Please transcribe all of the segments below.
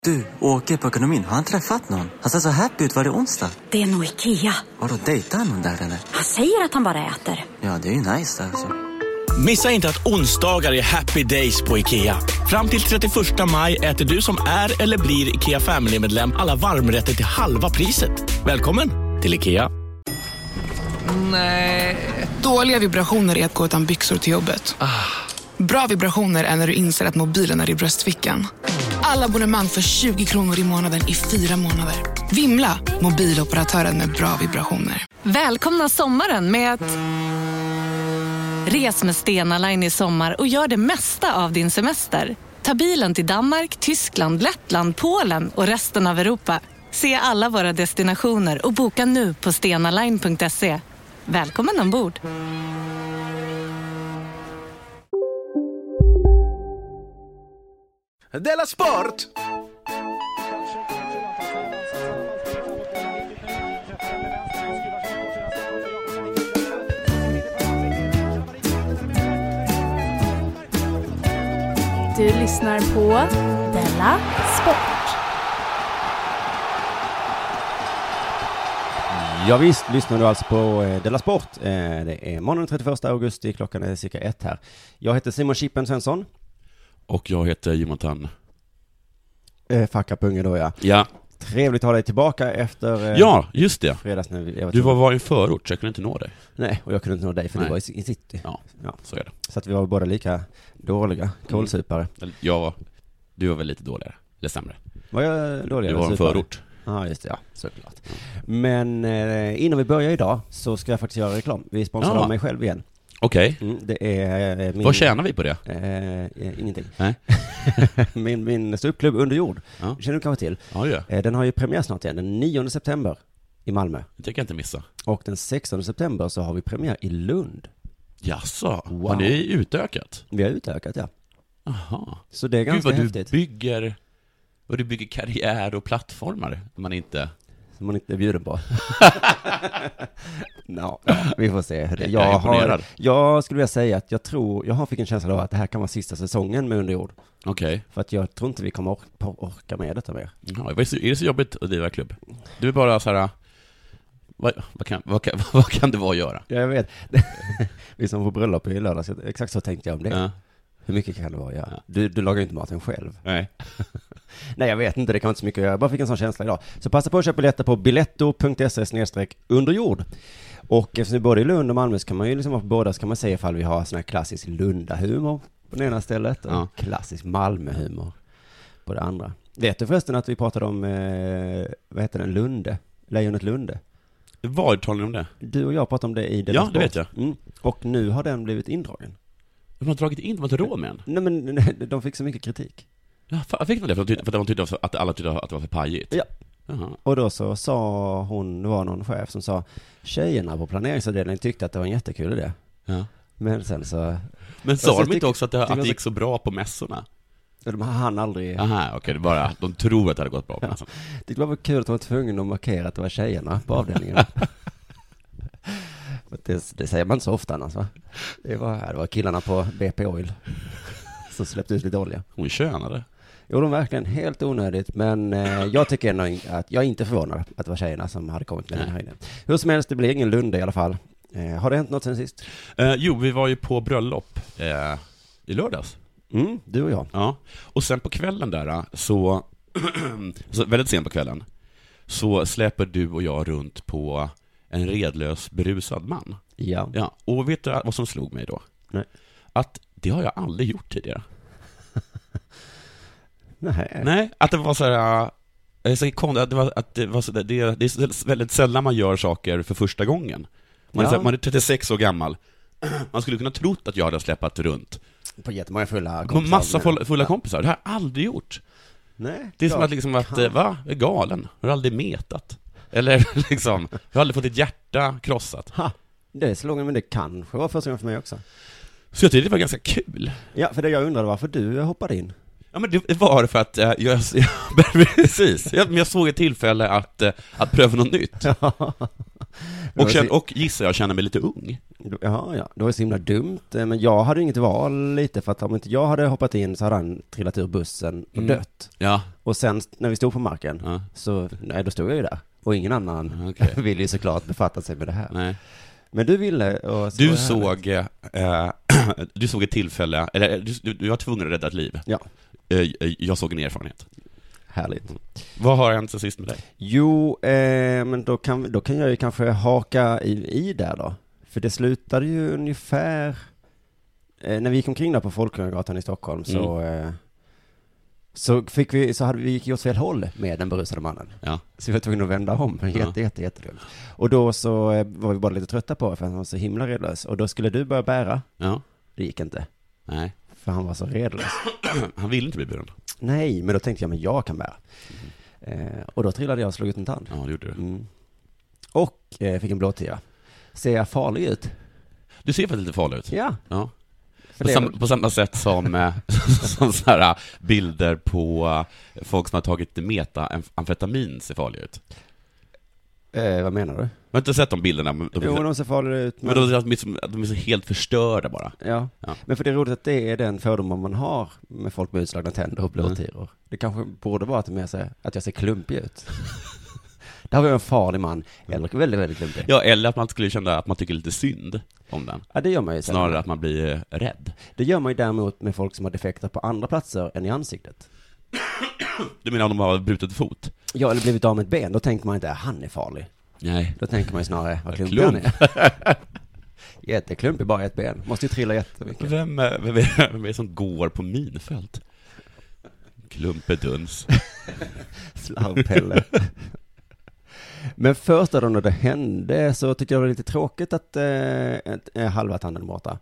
Du, åker på ekonomin. Har han träffat någon? Han ser så happy ut. Var det onsdag? Det är nog Ikea. Har du dejtat någon där eller? Han säger att han bara äter. Ja, det är ju nice alltså. Missa inte att onsdagar är happy days på Ikea. Fram till 31 maj äter du som är eller blir Ikea Family-medlem alla varmrätter till halva priset. Välkommen till Ikea. Nej. Dåliga vibrationer är att gå utan byxor till jobbet. Bra vibrationer är när du inser att mobilen är i bröstfickan. Alla abonnemang för 20 kronor i månaden i 4 månader. Vimla, mobiloperatören med bra vibrationer. Välkomna sommaren med att... Res med Stena Line i sommar och gör det mesta av din semester. Ta bilen till Danmark, Tyskland, Lettland, Polen och resten av Europa. Se alla våra destinationer och boka nu på stenaline.se. Välkommen ombord! Della Sport! Du lyssnar på Della Sport. Ja visst, lyssnar du alltså på Della Sport. Det är måndagen 31 augusti, klockan är cirka 1 här. Jag heter Simon Chippen Svensson. Och jag heter Jonathan Fackapunge då, ja. Ja. Trevligt att ha dig tillbaka efter ja, just det. fredags när du var i en förort, så jag kunde inte nå dig. Nej, och jag kunde inte nå dig för du var i city. Ja, så är det. Så att vi var båda lika dåliga kolsupare. Du var väl lite dåligare, eller sämre. Var jag dåligare? Du var en förort. Ja, just det, ja, såklart. Men innan vi börjar idag så ska jag faktiskt göra reklam. Vi sponsrar av mig själv igen. Okej. Det är vad tjänar vi på det? Ingenting. Nej. min ståuppklubb Under jord. Ja. Känner du kanske till? Ja. Den har ju premiär snart igen, den 9 september i Malmö. Det tänker jag inte missa. Och den 16 september så har vi premiär i Lund. Jaså, wow. Har ni utökat? Vi har utökat, ja. Aha. Så det är ganska häftigt. Du bygger karriär och plattformar man inte är bjuden på. Vi får se. Jag skulle vilja säga att jag fick en känsla av att det här kan vara sista säsongen med Under jord. Okej. För att jag tror inte vi kommer orka med detta mer. Ja, är det så jobbigt att driva klubb? Du är bara så här. Vad kan det vara att göra? Jag vet. Vi som får bröllop i lördags, exakt så tänkte jag om det. Ja. Hur mycket kan det vara? Ja. Du lagar ju inte maten själv. Nej. Nej, jag vet inte, det kan inte så mycket att göra. Jag bara fick en sån känsla idag. Så passa på att köpa biljetter på biletto.se/underjord. Och eftersom vi både i Lund och Malmö så kan man ju liksom på båda, så kan man säga ifall vi har sån här klassisk Lunda-humor på det ena stället och klassisk Malmö-humor på det andra. Vet du förresten att vi pratade om, vad heter den, Lunde? Lejonet Lunde. Vad talar ni om det? Du och jag pratade om det i Della Sport. Ja, det vet jag. Och nu har den blivit indragen. De har dragit in, de har inte råd med den. Nej, men de fick så mycket kritik. Ja, fick de det? För de tyckte att alla tyckte att det var för pajigt? Ja. Aha. Och då så sa hon, det var någon chef som sa, tjejerna på planeringsavdelningen tyckte att det var en jättekul idé. Ja. Men sen så... Men sa de inte också att det gick så bra på mässorna? De hann aldrig... Aha, okej, det bara, de tror att det hade gått bra på mässorna. Det var kul att de var tvungna att markera att det var tjejerna på avdelningen. Det säger man inte så ofta annars, va? Det var killarna på BP Oil som släppte ut lite olja. Hon tjänade. Jo, de verkligen helt onödigt. Men jag tycker ändå att jag är inte förvånad att det var tjejerna som hade kommit med den här idén. Hur som helst, det blir ingen Lunde i alla fall. Har det hänt något sen sist? Jo, vi var ju på bröllop i lördags. Du och jag. Ja, och sen på kvällen där så väldigt sent på kvällen så släpper du och jag runt på en redlös berusad man. Ja. Och vet du vad som slog mig då? Nej. Att det har jag aldrig gjort tidigare. Nej, att det var så här, det är väldigt sällan man gör saker för första gången. Man är 36 år gammal. Man skulle kunna trott att jag hade släppt runt på jättemånga fulla kompisar. Massa fulla kompisar. Det har jag aldrig gjort. Nej. Det är som att liksom att va? Är galen. Har du aldrig metat? Eller liksom, jag har aldrig fått ett hjärta krossat. Det slog mig, men det kanske var första gången för mig också. Så jag tyckte det var ganska kul. Ja, för det jag undrade varför du hoppade in. Ja, men det var för att precis. Jag såg ett tillfälle att pröva något nytt. Och gissar jag känner mig lite ung. Ja, det var så himla dumt. Men jag hade inget val lite, för att om inte jag hade hoppat in så hade han trillat ur bussen och dött. Ja. Och sen när vi stod på marken, så då stod jag ju där. Och ingen annan ville ju såklart befatta sig med det här. Nej. Men du ville... Du såg ett tillfälle, eller du var tvungen att rädda ett liv. Ja. Jag såg en erfarenhet. Härligt. Vad har hänt sen sist med dig? Jo, men då kan jag ju kanske haka i där då. För det slutade ju ungefär... när vi gick omkring där på Folkungagatan i Stockholm så hade vi gick åt fel håll med den berusade mannen. Ja. Så vi var tvungna att vända om. Jättelugnt. Och då så var vi bara lite trötta på, för han var så himla redlös. Och då skulle du börja bära. Ja. Det gick inte. Nej. För han var så redlös. Han ville inte bli buren. Nej, men då tänkte jag, men jag kan bära. Och då trillade jag och slog ut en tand. Ja, det gjorde du. Och fick en blåtira. Ser jag farlig ut? Du ser faktiskt lite farlig ut. Ja. På samma sätt som så här bilder på folk som har tagit metamfetamin ser farliga ut. Vad menar du? Jag har inte sett de bilderna. De ser farliga ut. Men de är så helt förstörda bara. Ja. Men för det är roligt att det är den fördomar man har med folk med utslagna tänder och blåtiror. Det kanske borde vara att jag ser klumpig ut. Där har vi en farlig man, eller väldigt, väldigt klumpig. Ja, eller att man skulle känna att man tycker lite synd om den. Ja, det gör man ju. Snarare att man blir rädd. Det gör man ju däremot med folk som har defekter på andra platser än i ansiktet. Du menar om de har brutit fot? Ja, eller blivit av med ett ben. Då tänker man inte, han är farlig. Nej. Då tänker man ju snarare, vad klumpig han är. Jätteklumpig, bara ett ben. Måste ju trilla jättemycket. Vem är det som går på minfält? Klumpeduns. Slarvpelle. Men först då när det hände så tyckte jag det var lite tråkigt att halva tanden borta.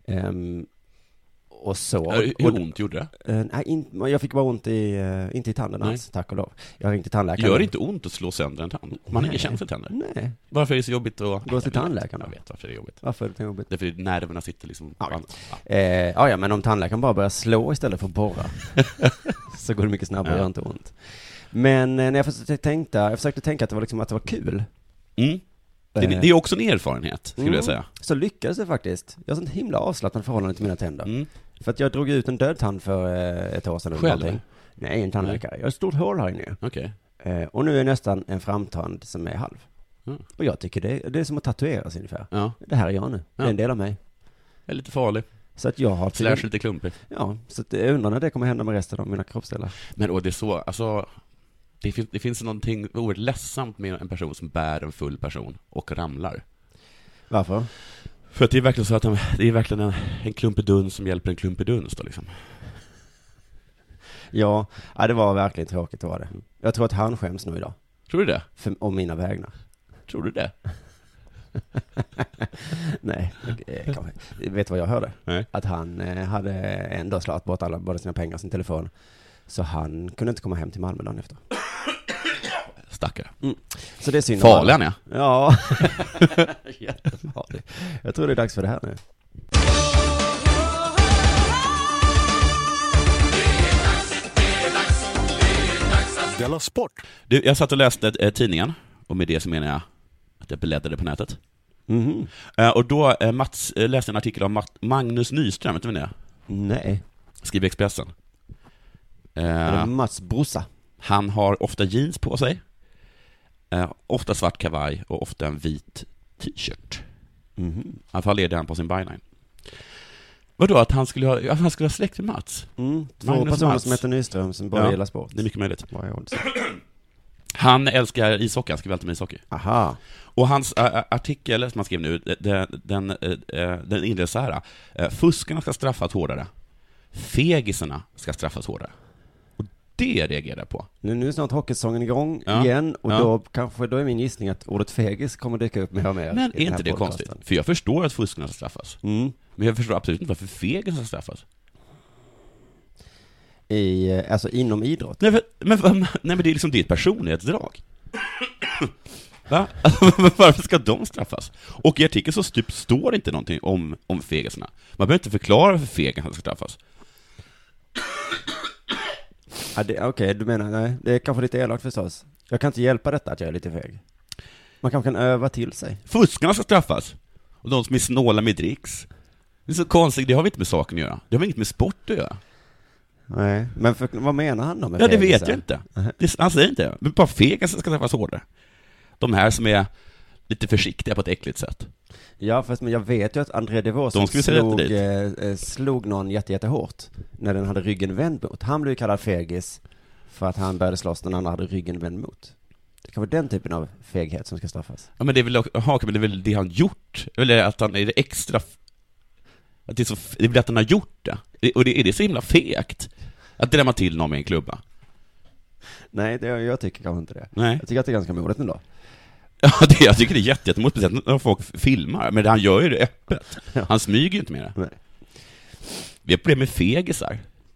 Och så. Hur ont gjorde det? Nej, jag fick bara ont inte i tanden alls, tack och lov. Jag ringde till tandläkaren. Gör det inte ont att slå sönder en tand? Man har ingen känsla för tänder. Nej. Varför är det så jobbigt att... Gå till tandläkaren. Jag vet varför det är jobbigt. Varför är det jobbigt? Det är för nerverna sitter liksom... Ja, men om tandläkaren bara börjar slå istället för att borra så går det mycket snabbare och gör inte ont. Men när jag försökte tänka att det var liksom att det var kul. Det är också en erfarenhet, skulle jag säga. Så lyckades det faktiskt. Jag har sånt himla avslappnat förhållande till mina tänder. För att jag drog ut en död tand för ett år sedan. Själv? Nej, en tandläkare. Jag har ett stort hål här inne. Okej. Och nu är nästan en framtand som är halv. Och jag tycker det är som att tatueras ungefär. Ja. Det här är jag nu. Det är en del av mig. Jag är lite farlig. Så att jag har... Slash lite klumpig. Ja, så att jag undrar när det kommer hända med resten av mina kroppsdelar. Men det är så, alltså... Det finns någonting oerhört ledsamt med en person som bär en full person och ramlar. Varför? För att det är verkligen så att det är verkligen en klumpeduns som hjälper en klumpeduns då liksom. Ja, det var verkligen tråkigt, var det. Jag tror att han skäms nu idag. Tror du det? Om mina vägnar. Tror du det? Nej, kanske. Vet du vad jag hörde? Nej. Att han hade ändå slagit bort både sina pengar och sin telefon. Så han kunde inte komma hem till Malmö dagen efter. Stackare. Så det är synd. Farlig han är. Ja. Jättefarlig. Jag tror det är dags för det här nu. Della Sport. Jag satt och läste tidningen, och med det så menar jag att jag beläddade på nätet. Och då läste en artikel om Magnus Nyström, vet du vem det är? Nej. Skriver Expressen. Mats Brossa. Han har ofta jeans på sig, ofta svart kavaj och ofta en vit t-shirt. I alla fall är det han på sin byline. Vadå, att han skulle ha släkt med Mats? Två personer som heter Nyström som bara gillar sport. Det är mycket möjligt. Han älskar ishockey, han skriver alltid med ishockey. Aha. Och hans artikel som han skrev nu, den inleds så här: fuskarna ska straffas hårdare, fegisarna ska straffas hårdare. Och det reagerar jag på. Nu är snart hockeysäsongen igång igen, och då är min gissning att ordet fegis kommer dyka upp mer och mer. Men är inte det konstigt? För jag förstår att fuskarna ska straffas. Men jag förstår absolut inte varför fegisarna ska straffas. Alltså inom idrott. Nej, men det är liksom ditt personlighetsdrag. Va? Varför ska de straffas? Och i artikeln så står det inte någonting om fegisarna. Man behöver inte förklara varför fegisarna ska straffas. Okej, du menar, nej, det är kanske lite elakt förstås. Jag kan inte hjälpa detta att jag är lite feg. Man kanske kan öva till sig. Fuskarna ska straffas. Och de som är snåla med dricks. Det är så konstigt, det har vi inte med saken att göra. Det har inget med sport att göra. Nej, men vad menar han då med det vet jag inte. Han säger inte. Men bara fegas ska träffas hårdare. De här som är lite försiktiga på ett äckligt sätt. Ja, fast men jag vet ju att André Devos slog någon jättehårt när den hade ryggen vänd mot. Han blev kallad fegis för att han började slåss när den andra hade ryggen vänd mot. Det kan vara den typen av feghet som ska straffas. Ja, men det är väl det han gjort. Eller att han är det extra... Att det är väl att han har gjort det. Och är det så himla fegt att drämma till någon med en klubba? Nej, jag tycker kanske inte det. Nej. Jag tycker att det är ganska modigt ändå. Ja, jag tycker det är jättemodigt, speciellt när folk filmar. Men han gör ju det öppet. Ja. Han smyger ju inte med det. Nej. Vi har problem med fegisar.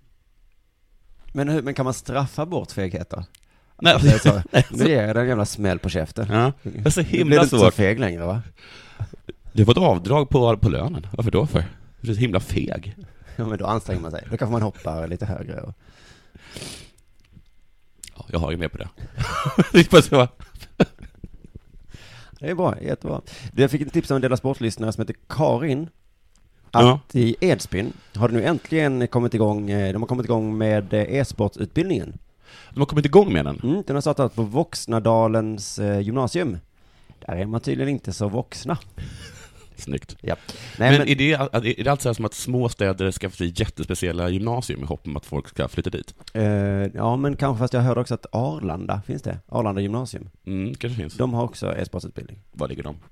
Men kan man straffa bort fegheter? Nej. Alltså, nu ger jag en jävla smäll på käften. Ja, det är så himla det är inte svårt. så feg längre, va? Det var ett avdrag på lönen. Varför då för? Det är så himla feg. Ja, men då anstränger man sig. Då kanske man hoppar lite högre. Ja, jag har ju med på det. Det är så. Det är bra, jättebra. Jag fick ett tips av en del av sportlyssnare som heter Karin. Att i Edsbyn har det nu äntligen kommit igång. De har kommit igång med e-sportutbildningen. De har kommit igång med den? Den har startat på Voxnadalens gymnasium. Där är man tydligen inte så vuxna. Snyggt. Ja. Nej, men är det alltså som att små städer ska få jättespeciella gymnasium i hopp om att folk ska flytta dit? Ja, men kanske, fast jag hörde också att Arlanda finns det. Arlanda gymnasium. Kanske finns. De har också e-sportsutbildning. Var ligger de?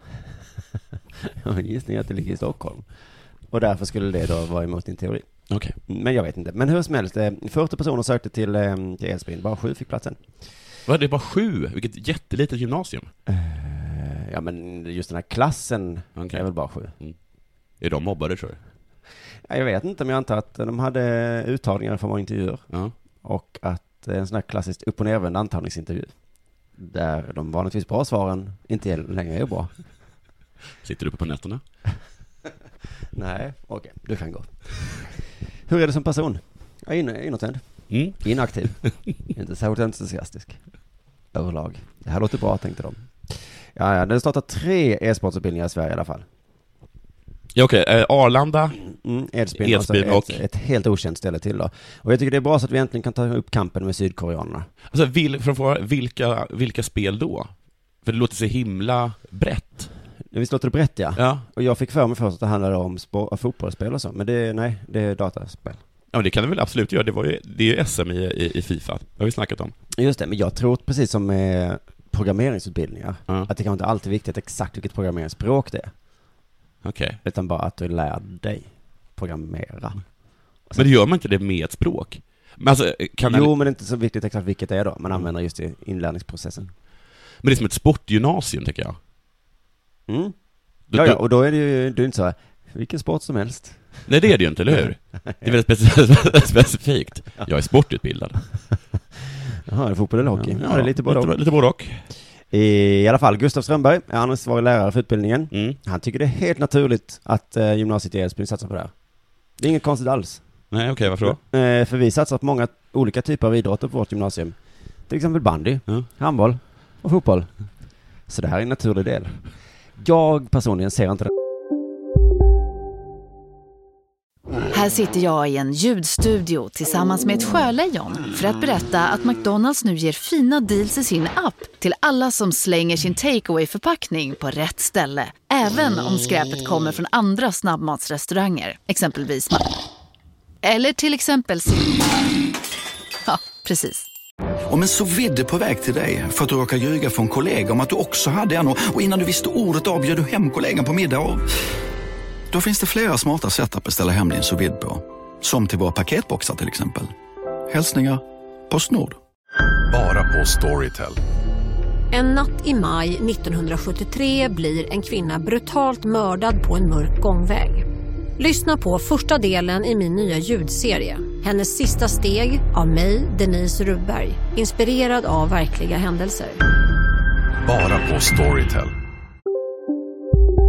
Jag gissar att det ligger i Stockholm. Och därför skulle det då vara emot din teori. Okay. Men jag vet inte. Men hur som helst, 40 personer sökte till Edsbyn. Bara 7 fick platsen. Vad är det, bara 7? Vilket jättelitet gymnasium. Ja, men just den här klassen är väl bara 7. Är de mobbade, tror du? Ja, jag vet inte, men jag antar att de hade uttagningar för många intervjuer. Ja. Och att en sån här klassiskt upp- och nervänd antagningsintervju där de vanligtvis bra svaren inte längre är bra. Sitter du uppe på nätterna? Nej, okej, du kan gå. Hur är det som person? Inåtvänd. Inaktiv. Inte särskilt entusiastisk. Överlag. Det här låter bra, tänkte de. Ja, det startar 3 e-sportsutbildningar i Sverige i alla fall. Ja, okej. Arlanda, Edsbyn och ett helt okänt ställe till då. Och jag tycker det är bra så att vi äntligen kan ta upp kampen med sydkoreanerna. Alltså, vilka spel då? För det låter så himla brett. Visst låter det brett, ja. Ja. Och jag fick för mig först att det handlade om fotbollsspel och så. Men det är dataspel. Ja, men det kan det väl absolut göra. Det är ju SM i FIFA. Det har vi snackat om. Just det, men jag tror precis som med programmeringsutbildningar att det kan inte alltid viktigt exakt vilket programmeringsspråk det är. Okej. Utan bara att du lär dig programmera. Men det gör man inte det med ett språk? Men alltså, men det är inte så viktigt exakt vilket det är då. Man använder just i inlärningsprocessen. Men det är som ett sportgymnasium, tycker jag. Ja, och då är det ju inte så här, vilken sport som helst. Nej, det är det ju inte, eller hur? Det är väldigt specifikt. Jag är sportutbildad. Jaha, är det fotboll eller hockey? Ja, det är lite både och. I alla fall, Gustav Strömberg är ansvarig lärare för utbildningen. Han tycker det är helt naturligt att gymnasiet i Edsbyn satsar på det här. Det är inget konstigt alls. Nej, okej, varför då? För vi satsar på många olika typer av idrotter på vårt gymnasium. Till exempel bandy, handboll och fotboll. Så det här är en naturlig del. Jag personligen ser inte det. Här sitter jag i en ljudstudio tillsammans med ett sjölejon för att berätta att McDonalds nu ger fina deals i sin app till alla som slänger sin takeaway-förpackning på rätt ställe. Även om skräpet kommer från andra snabbmatsrestauranger, exempelvis eller till exempel ja, precis. Om en sous vide är på väg till dig för att du råkar ljuga för en kollega om att du också hade en och innan du visste ordet av bjöd du hem kollegan på middag och... Då finns det flera smarta sätt att beställa hem din sous vide på. Som till våra paketboxar till exempel. Hälsningar PostNord. Bara på Storytel. En natt i maj 1973 blir en kvinna brutalt mördad på en mörk gångväg. Lyssna på första delen i min nya ljudserie. Hennes sista steg av mig, Denise Rubberg. Inspirerad av verkliga händelser. Bara på Storytel.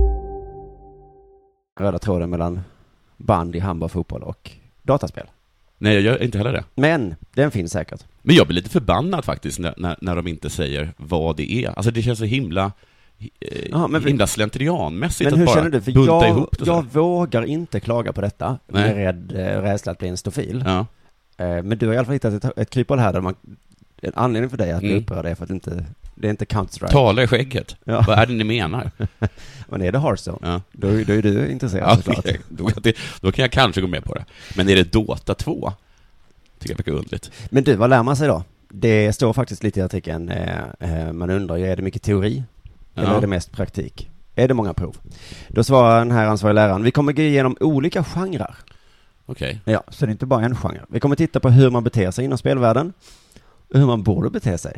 Röda tråden mellan bandy, handboll, fotboll och dataspel. Nej, jag gör inte heller det. Men den finns säkert. Men jag blir lite förbannad faktiskt när de inte säger vad det är. Alltså det känns så himla slentrianmässigt att bara du? Bunta ihop det. Jag vågar inte klaga på detta. Jag är rädsla att bli en stofil. Ja. Men du har i alla fall hittat ett kryphål här där en anledning för dig att bli upprörd är för att det är inte Counter-Strike. Tala i skägget. Ja. Vad är det ni menar? Men är det Hearthstone? Ja. Då är du intresserad. Ja, okay. Då kan jag kanske gå med på det. Men är det Dota 2? Tycker jag mycket undligt. Men du, vad lär man sig då? Det står faktiskt lite i artikeln. Man undrar, är det mycket teori? Eller är det mest praktik? Är det många prov? Då svarar den här ansvariga läraren: vi kommer gå igenom olika genrer. Okej. Ja, så det är inte bara en genre. Vi kommer titta på hur man beter sig inom spelvärlden och hur man borde bete sig.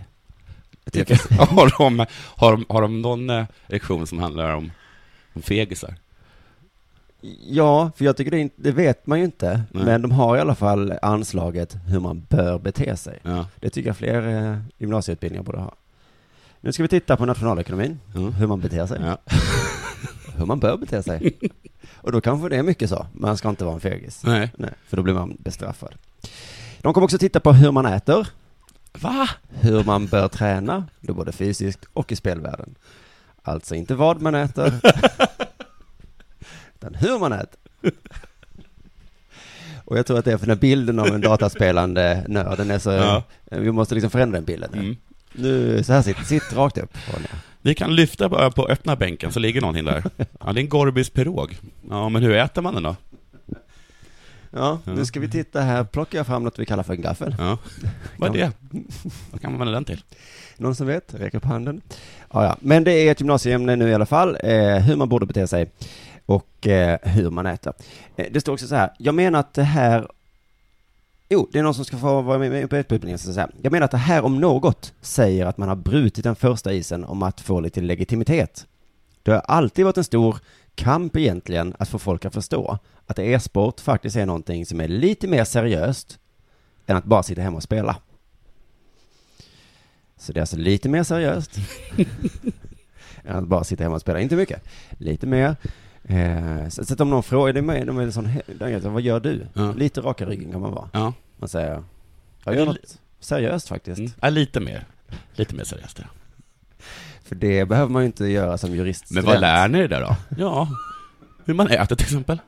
Har de någon lektion som handlar om fegisar? Ja, för jag tycker det vet man ju inte. Nej. Men de har i alla fall anslaget hur man bör bete sig. Ja. Det tycker jag fler gymnasieutbildningar borde ha. Nu ska vi titta på nationalekonomin. Hur man beter sig. Ja. Hur man bör bete sig. Och då kanske det är mycket så. Man ska inte vara en fegis. Nej. För då blir man bestraffad. De kommer också titta på hur man äter. Va? Hur man bör träna. Då både fysiskt och i spelvärlden. Alltså inte vad man äter. Utan hur man äter. Och jag tror att det är för den här bilden av en dataspelande nörd. Den är så, vi måste liksom förändra den bilden. Nu så här sitt rakt upp. Vi kan lyfta på öppna bänken så ligger någonting där. Ja, det är en Gorbis pirog. Ja, men hur äter man den då? Ja, nu ska vi titta här. Plockar jag fram något vi kallar för en gaffel. Ja. Vad är det? Vad kan man använda den till? Någon som vet? Räcker upp handen. Ja. Men det är ett gymnasieämne nu i alla fall. Hur man borde bete sig. Och hur man äter. Det står också så här. Jag menar att det här... det är någon som ska få vara med på utbildningen. Så här. Jag menar att det här om något säger att man har brutit den första isen om att få lite legitimitet. Det har alltid varit en stor kamp egentligen att få folk att förstå att e-sport faktiskt är någonting som är lite mer seriöst än att bara sitta hemma och spela. Så det är alltså lite mer seriöst än att bara sitta hemma och spela. Inte mycket. Lite mer. Så att om någon frågar, de är sån, vad gör du? Ja. Lite raka ryggen kan man vara. Ja. Man säger, jag gör något seriöst faktiskt. Ja, lite mer seriöst. Ja. För det behöver man ju inte göra som jurist. Men vad lär ni där då? Ja, hur man äter till exempel.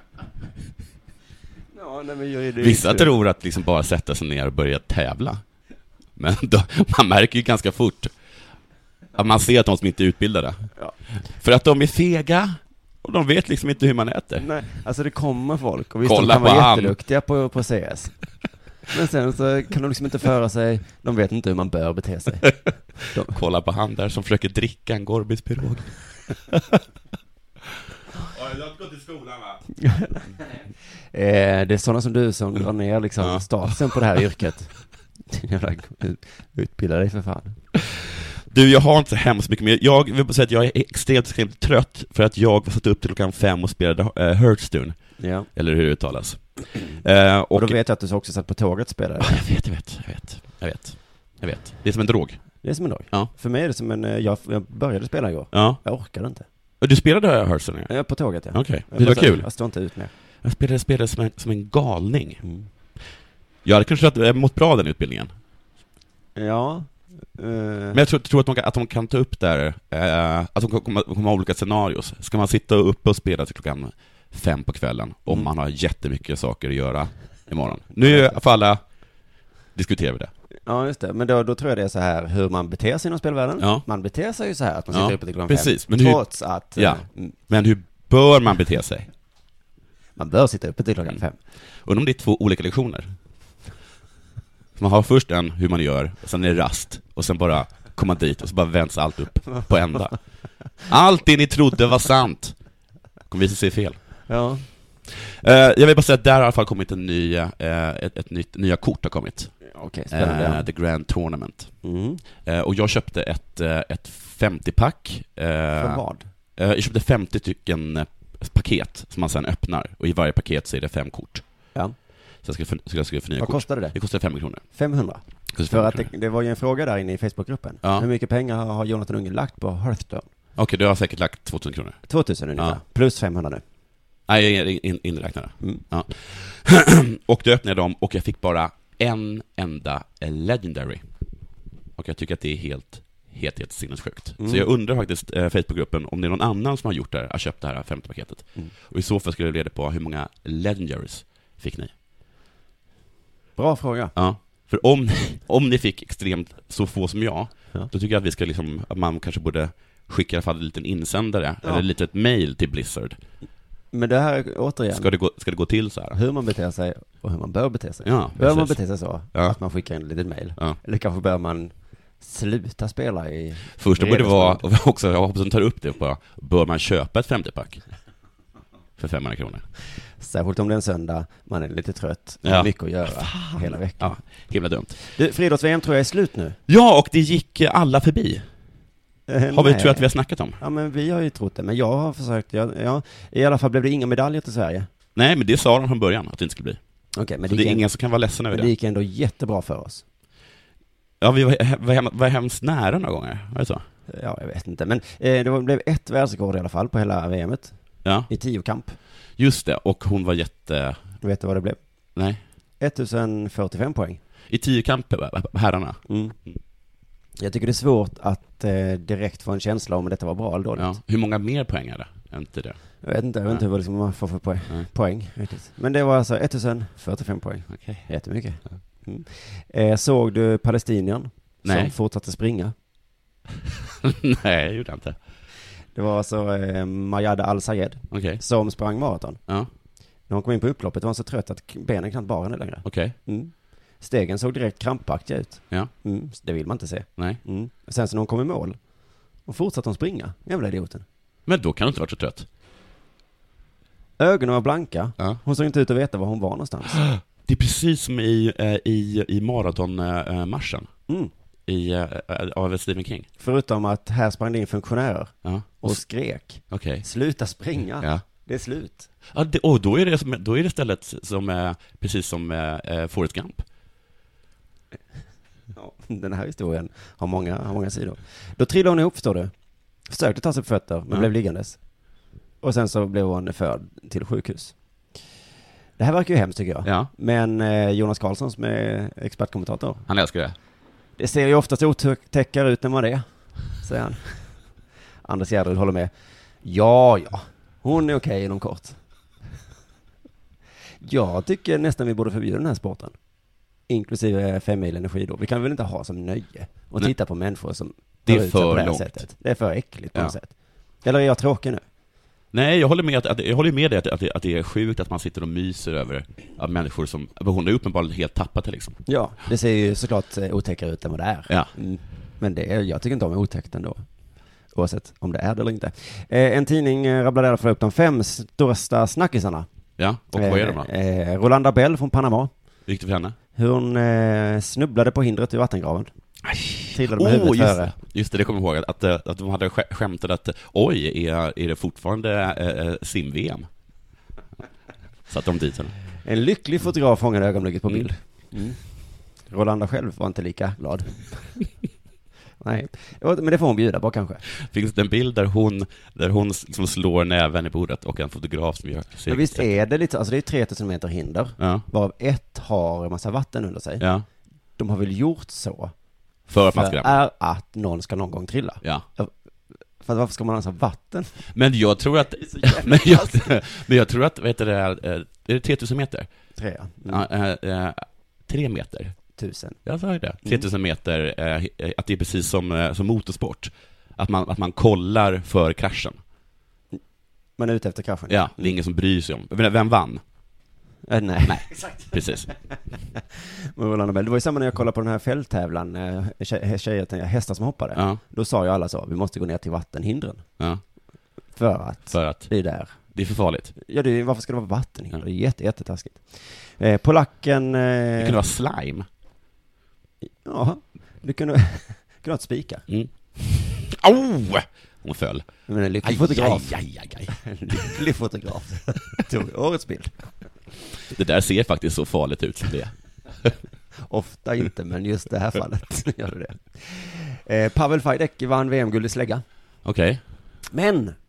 Ja, nej, men vissa tror att liksom bara sätta sig ner och börja tävla. Men då, man märker ju ganska fort att man ser att de som inte är utbildade. Ja. För att de är fega och de vet liksom inte hur man äter. Nej, alltså det kommer folk och visst de kan vara jätteduktiga på CS. Men sen så kan de liksom inte föra sig. De vet inte hur man bör bete sig. Kolla på han där som försöker dricka en Gorbis pirog. Jag har inte gått till skolan, va? Det är sådana som du som drar ner liksom statusen på det här yrket. Utbilda dig för fan. Du, jag har inte så hemskt mycket mer. Jag vill bara säga att jag är extremt trött för att jag satt upp till klockan 5 och spelade Hearthstone. Ja. Eller hur det uttalas. Och då vet jag att du också satt på tåget och spelade. Jag vet. Det är som en drog. Det är som en drog. Ja. För mig är det som en... Jag började spela igår. Ja. Jag orkade inte. Och du spelade Hearthstone? Ja, på tåget, ja. Okej. Det var kul. Jag står inte ut med. Jag spelade som en galning. Jag hade kanske mått bra den utbildningen. Ja. Men jag tror att de kan ta upp där att de kommer ha olika scenarios. Ska man sitta uppe och spela till klockan 5 på kvällen om man har jättemycket saker att göra imorgon. Nu för alla diskuterar vi det. Ja, just det. Men då tror jag det är så här hur man beter sig inom spelvärlden. Ja. Man beter sig ju så här att man sitter uppe till klockan 5. Precis. Men trots att... Ja. Men hur bör man bete sig? Man bör sitta uppe till klockan 5. Och om det är 2 olika lektioner. Man har först en hur man gör, och sen är det rast, och sen bara komma dit och så bara vänds allt upp på ända. Allt det ni trodde var sant kommer visa sig fel. Ja. Jag vill bara säga att där har i alla fall kommit en nya kort har kommit. Okej, spännande. The Grand Tournament. Och jag köpte ett 50-pack. För vad? Jag köpte 50 stycken paket som man sen öppnar, och i varje paket så är det 5 kort. Ja. Så jag skulle förnya kort. Vad kostade det? Det kostade 5 kronor. 500? För att det var ju en fråga där inne i Facebookgruppen. Ja. Hur mycket pengar har Jonathan Unge lagt på Hearthstone? Okej, du har säkert lagt 2000 kronor. 2000 ungefär. Ja. Plus 500 nu. Nej, inräknade. Ja. Och då öppnade jag dem och jag fick bara en enda Legendary. Och jag tycker att det är helt sinnessjukt. Så jag undrar faktiskt Facebookgruppen om det är någon annan som har gjort det här, har köpt det här 50-paketet. Och i så fall skulle jag reda på hur många Legendaries fick ni. Bra fråga. Ja. För om ni fick extremt så få som jag, då tycker jag att vi ska liksom, att man kanske borde skicka i alla fall en liten insändare eller ett litet mail till Blizzard. Men det här återigen, ska det gå till så här? Hur man beter sig och hur man bör bete sig. Ja, bör man bete sig så att man skickar in ett litet mail? Ja. Eller kanske bör man sluta spela i... Först borde det vara, också, jag hoppas att de tar upp det på, bör man köpa ett 50-pack för 500 kronor? Särskilt om det är en söndag, man är lite trött, har mycket att göra hela veckan. Ja, himla dumt. Friidrotts-VM tror jag är slut nu. Ja, och det gick alla förbi. Har vi tror att vi har snackat om? Ja, men vi har ju trott det, men jag har försökt, i alla fall blev det inga medaljer till Sverige. Nej, men det sa de från början att det inte skulle bli. Okej, men det är ingen som kan vara ledsen över det. Det gick ändå jättebra för oss. Ja, vi var hemskt nära några gånger, var det så? Ja, jag vet inte, men det blev ett världsrekord i alla fall på hela VMet. Ja. I 10-kamp. Just det, och hon var jätte... Vet du vad det blev? Nej. 1045 poäng. I 10-kamp, herrarna. Jag tycker det är svårt att direkt få en känsla om detta var bra eller dåligt. Ja. Hur många mer poäng är det? Inte det? Jag vet inte vad liksom man får för poäng. Men det var alltså 1045 poäng. Okay. Jättemycket. Såg du palestiniern som fortsatte springa? Nej, gjorde jag inte. Det var alltså Majada Al-Sayed som sprang maraton. Ja. När hon kom in på upploppet var hon så trött att benen knappt bar henne längre. Okej. Stegen såg direkt krampaktiga ut. Ja. Det vill man inte se. Nej. Sen så när hon kom i mål och fortsatte hon springa. Jävla idioten. Men då kan hon inte varit så trött. Ögonen var blanka. Ja. Hon såg inte ut att veta var hon var någonstans. Det är precis som i maratonmarschen. Av Stephen King. Förutom att här sprang det in funktionärer och skrek. Sluta springa. Ja. Det är slut. Ja, och då är det stället som precis som Forrest Gump. Ja, den här historien har många sidor. Då trillade hon ihop, förstår du. Försökte ta sig på fötter, men blev liggandes. Och sen så blev hon förd till sjukhus. Det här verkar ju hemskt, tycker jag. Ja. Men Jonas Karlsson som är expertkommentator. Han älskar det. Det ser ju oftast otäckare ut än vad det är, säger han. Anders Gärdrud håller med. Ja. Hon är okej inom kort. Jag tycker nästan vi borde förbjuda den här sporten. Inklusive 5 mil energi då. Vi kan väl inte ha som nöje och titta på människor som det är för på det här långt. Sättet. Det är för äckligt på något sätt. Eller är jag tråkig nu? Nej, jag håller med dig att det är sjukt att man sitter och myser över att människor som... Hon är uppenbarligen helt tappat liksom. Ja, det ser ju såklart otäckare ut än vad det är. Ja. Men jag tycker inte om otäckt ändå. Oavsett om det är det eller inte. En tidning rabblade för upp de 5 största snackisarna. Ja, och vad är de då? Rolanda Bell från Panama. Gick det för henne? Hon snubblade på hindret i vattengraven. Trillade med huvudet före. Just det kommer jag ihåg. Att de hade skämtat att oj, är det fortfarande sim-VM? Satt de dit? Eller? En lycklig fotograf fångade ögonblicket på bild. Rolanda själv var inte lika glad. Nej, men det får hon bjuda på kanske. Finns det en bild där hon liksom slår näven i bordet och en fotograf som gör sig? Men visst är det lite, alltså det är 3000 meter hinder, varav ett har en massa vatten under sig. Ja. De har väl gjort så för att man ska att någon ska någon gång trilla. Ja. För varför ska man ha vatten? Men jag tror att jag tror att vet du, är det 3000 meter? 3. 3 meter. 1000. Jag sa det. 3000 meter, att det är precis som motorsport. Att man kollar för kraschen. Man är ute efter kraschen. Ja, det är ingen som bryr sig om. Vem vann? Nej. Exakt. Precis. Det var ju samma när jag kollade på den här fälttävlan, hästar som hoppade. Ja. Då sa ju alla så, vi måste gå ner till vattenhindren. Ja. För att det är där. Det är för farligt. Ja, varför ska det vara vattenhinder? Det är jättetaskigt. Polacken... Det kunde vara slime. Ja, det kunde ha ett spikar. Hon föll. Men en lycklig fotograf. En lycklig fotograf. Tog årets bild. Det där ser faktiskt så farligt ut som det. Ofta inte, men just det här fallet gör det. Pavel Fajdek vann VM-guld i slägga. Okej. Men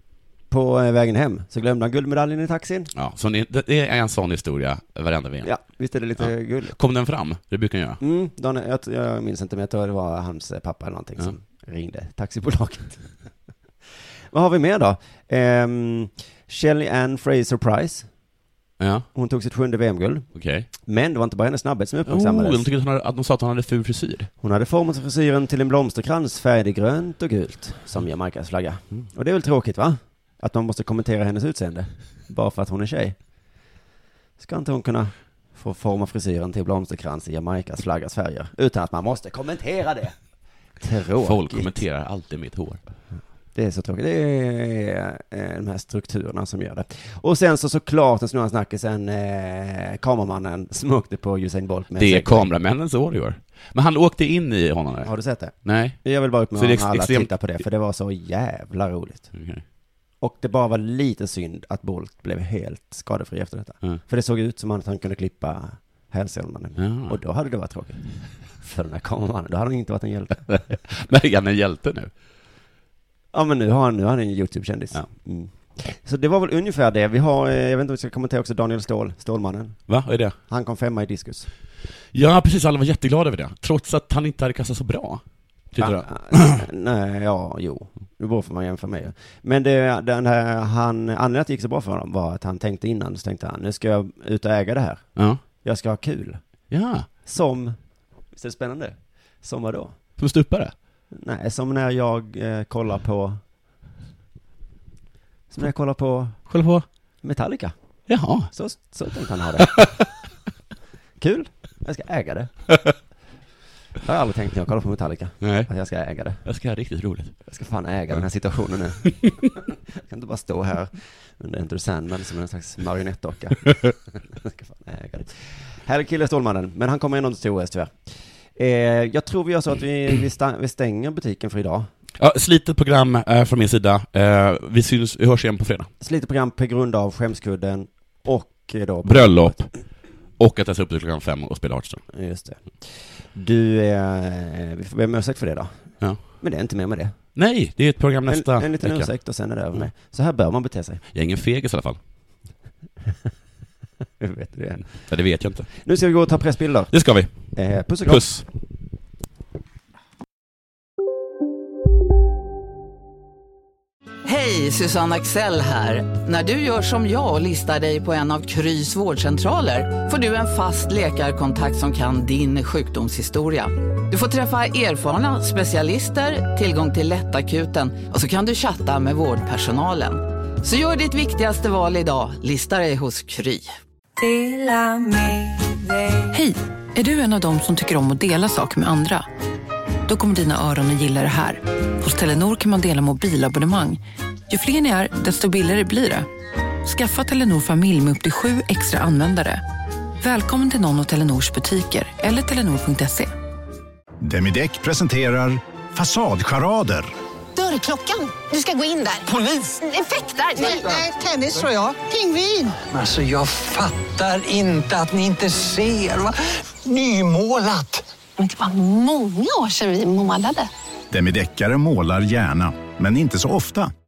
på vägen hem så glömde han guldmedaljen i taxin. Ja, så det är en sån historia varenda VM. Ja, visst är det lite guld. Kom den fram? Det brukar jag göra. Jag minns inte, men jag tror det var hans pappa eller någonting som ringde taxibolaget. Vad har vi mer då? Shelly Ann Fraser-Price. Ja. Hon tog sitt 7:e VM-guld. Okej. Men det var inte bara hennes snabbhet som uppmärksammades. De tyckte att de sa att hon hade ful frisyr. Hon hade format frisyren till en blomsterkrans färdig grönt och gult som Jamaicas flagga. Och det är väl tråkigt, va? Att man måste kommentera hennes utseende bara för att hon är tjej. Ska inte hon kunna få forma frisyren till blomsterkrans i Jamaicas flaggas färger utan att man måste kommentera det? Tråkigt. Folk kommenterar alltid mitt hår. Det är så tråkigt. Det är de här strukturerna som gör det. Och sen såklart en snurran snackisen kameramannen som åkte på Usain Bolt med. Det är kameramännens år i år. Men han åkte in i honom. Har du sett det? Nej. Jag vill bara uppmana alla att titta på det, för det var så jävla roligt. Okay. Och det bara var lite synd att Bolt blev helt skadefri efter detta. För det såg ut som att han kunde klippa hälsohjälmarna. Och då hade det varit tråkigt. För den här kameramannen, då hade han inte varit en hjälte. Men är han en hjälte nu? Ja, men nu har han en YouTube-kändis. Ja. Så det var väl ungefär det. Vi har, jag vet inte om vi ska kommentera också Daniel Stålmannen. Va? Vad är det? Han kom 5 i diskus. Ja, precis. Alla var jätteglada över det. Trots att han inte hade kastat så bra. Nej, jo. Det beror för man jämför med. Men anledningen att det gick så bra för honom var att han tänkte innan. Så tänkte han, nu ska jag ut och äga det här. Ja. Jag ska ha kul. Ja. Som, visst är det spännande? Som vad då? Som stupare? Nej, som när jag kollar på Metallica. Jaha. Så tänkte han ha det. Kul. Jag ska äga det. Jag har aldrig tänkt när jag kollar på Metallica. Nej. Att jag ska äga det. Jag ska ha riktigt roligt. Jag ska fan äga den här situationen nu. Jag kan inte bara stå här under Enter Sandman som en slags marionettdocka. Jag ska fan äga det. Härlig kille Stålmannen, men han kommer ändå inte till OS tyvärr. Jag tror vi gör så att vi stänger butiken för idag. Ja, slitet program från min sida. Vi hörs igen på fredag. Slitet program på grund av skämskudden och då bröllop. Och att jag ska upp till klockan 5 och spela Hearthstone. Just det. Vi får be om ursäkt för det då. Ja. Men det är inte mer med det. Nej, det är ett program nästa en liten ursäkt och sen är det över med. Så här bör man bete sig. Jag är ingen fegis i alla fall. Hur vet du det? Ja, det vet jag inte. Nu ska vi gå och ta pressbilder. Det ska vi. Puss och kram. Puss. Hej, Susanne Axel här. När du gör som jag och listar dig på en av Krys vårdcentraler får du en fast läkarkontakt som kan din sjukdomshistoria. Du får träffa erfarna specialister, tillgång till lättakuten och så kan du chatta med vårdpersonalen. Så gör ditt viktigaste val idag, lista dig hos Kry. Hej, är du en av dem som tycker om att dela saker med andra? Då kommer dina öron att gilla det här. Hos Telenor kan man dela mobilabonnemang. Ju fler ni är, desto billigare blir det. Skaffa Telenor familj med upp till 7 extra användare. Välkommen till någon av Telenors butiker eller telenor.se. Demideck presenterar Fasadcharader. Dörrklockan. Du ska gå in där. Polis? Effektar? Nej, tennis tror jag. Pingvin. Alltså jag fattar inte att ni inte ser. Va? Nymålat. Men det var många år sedan vi målade. Demideckare målar gärna, men inte så ofta.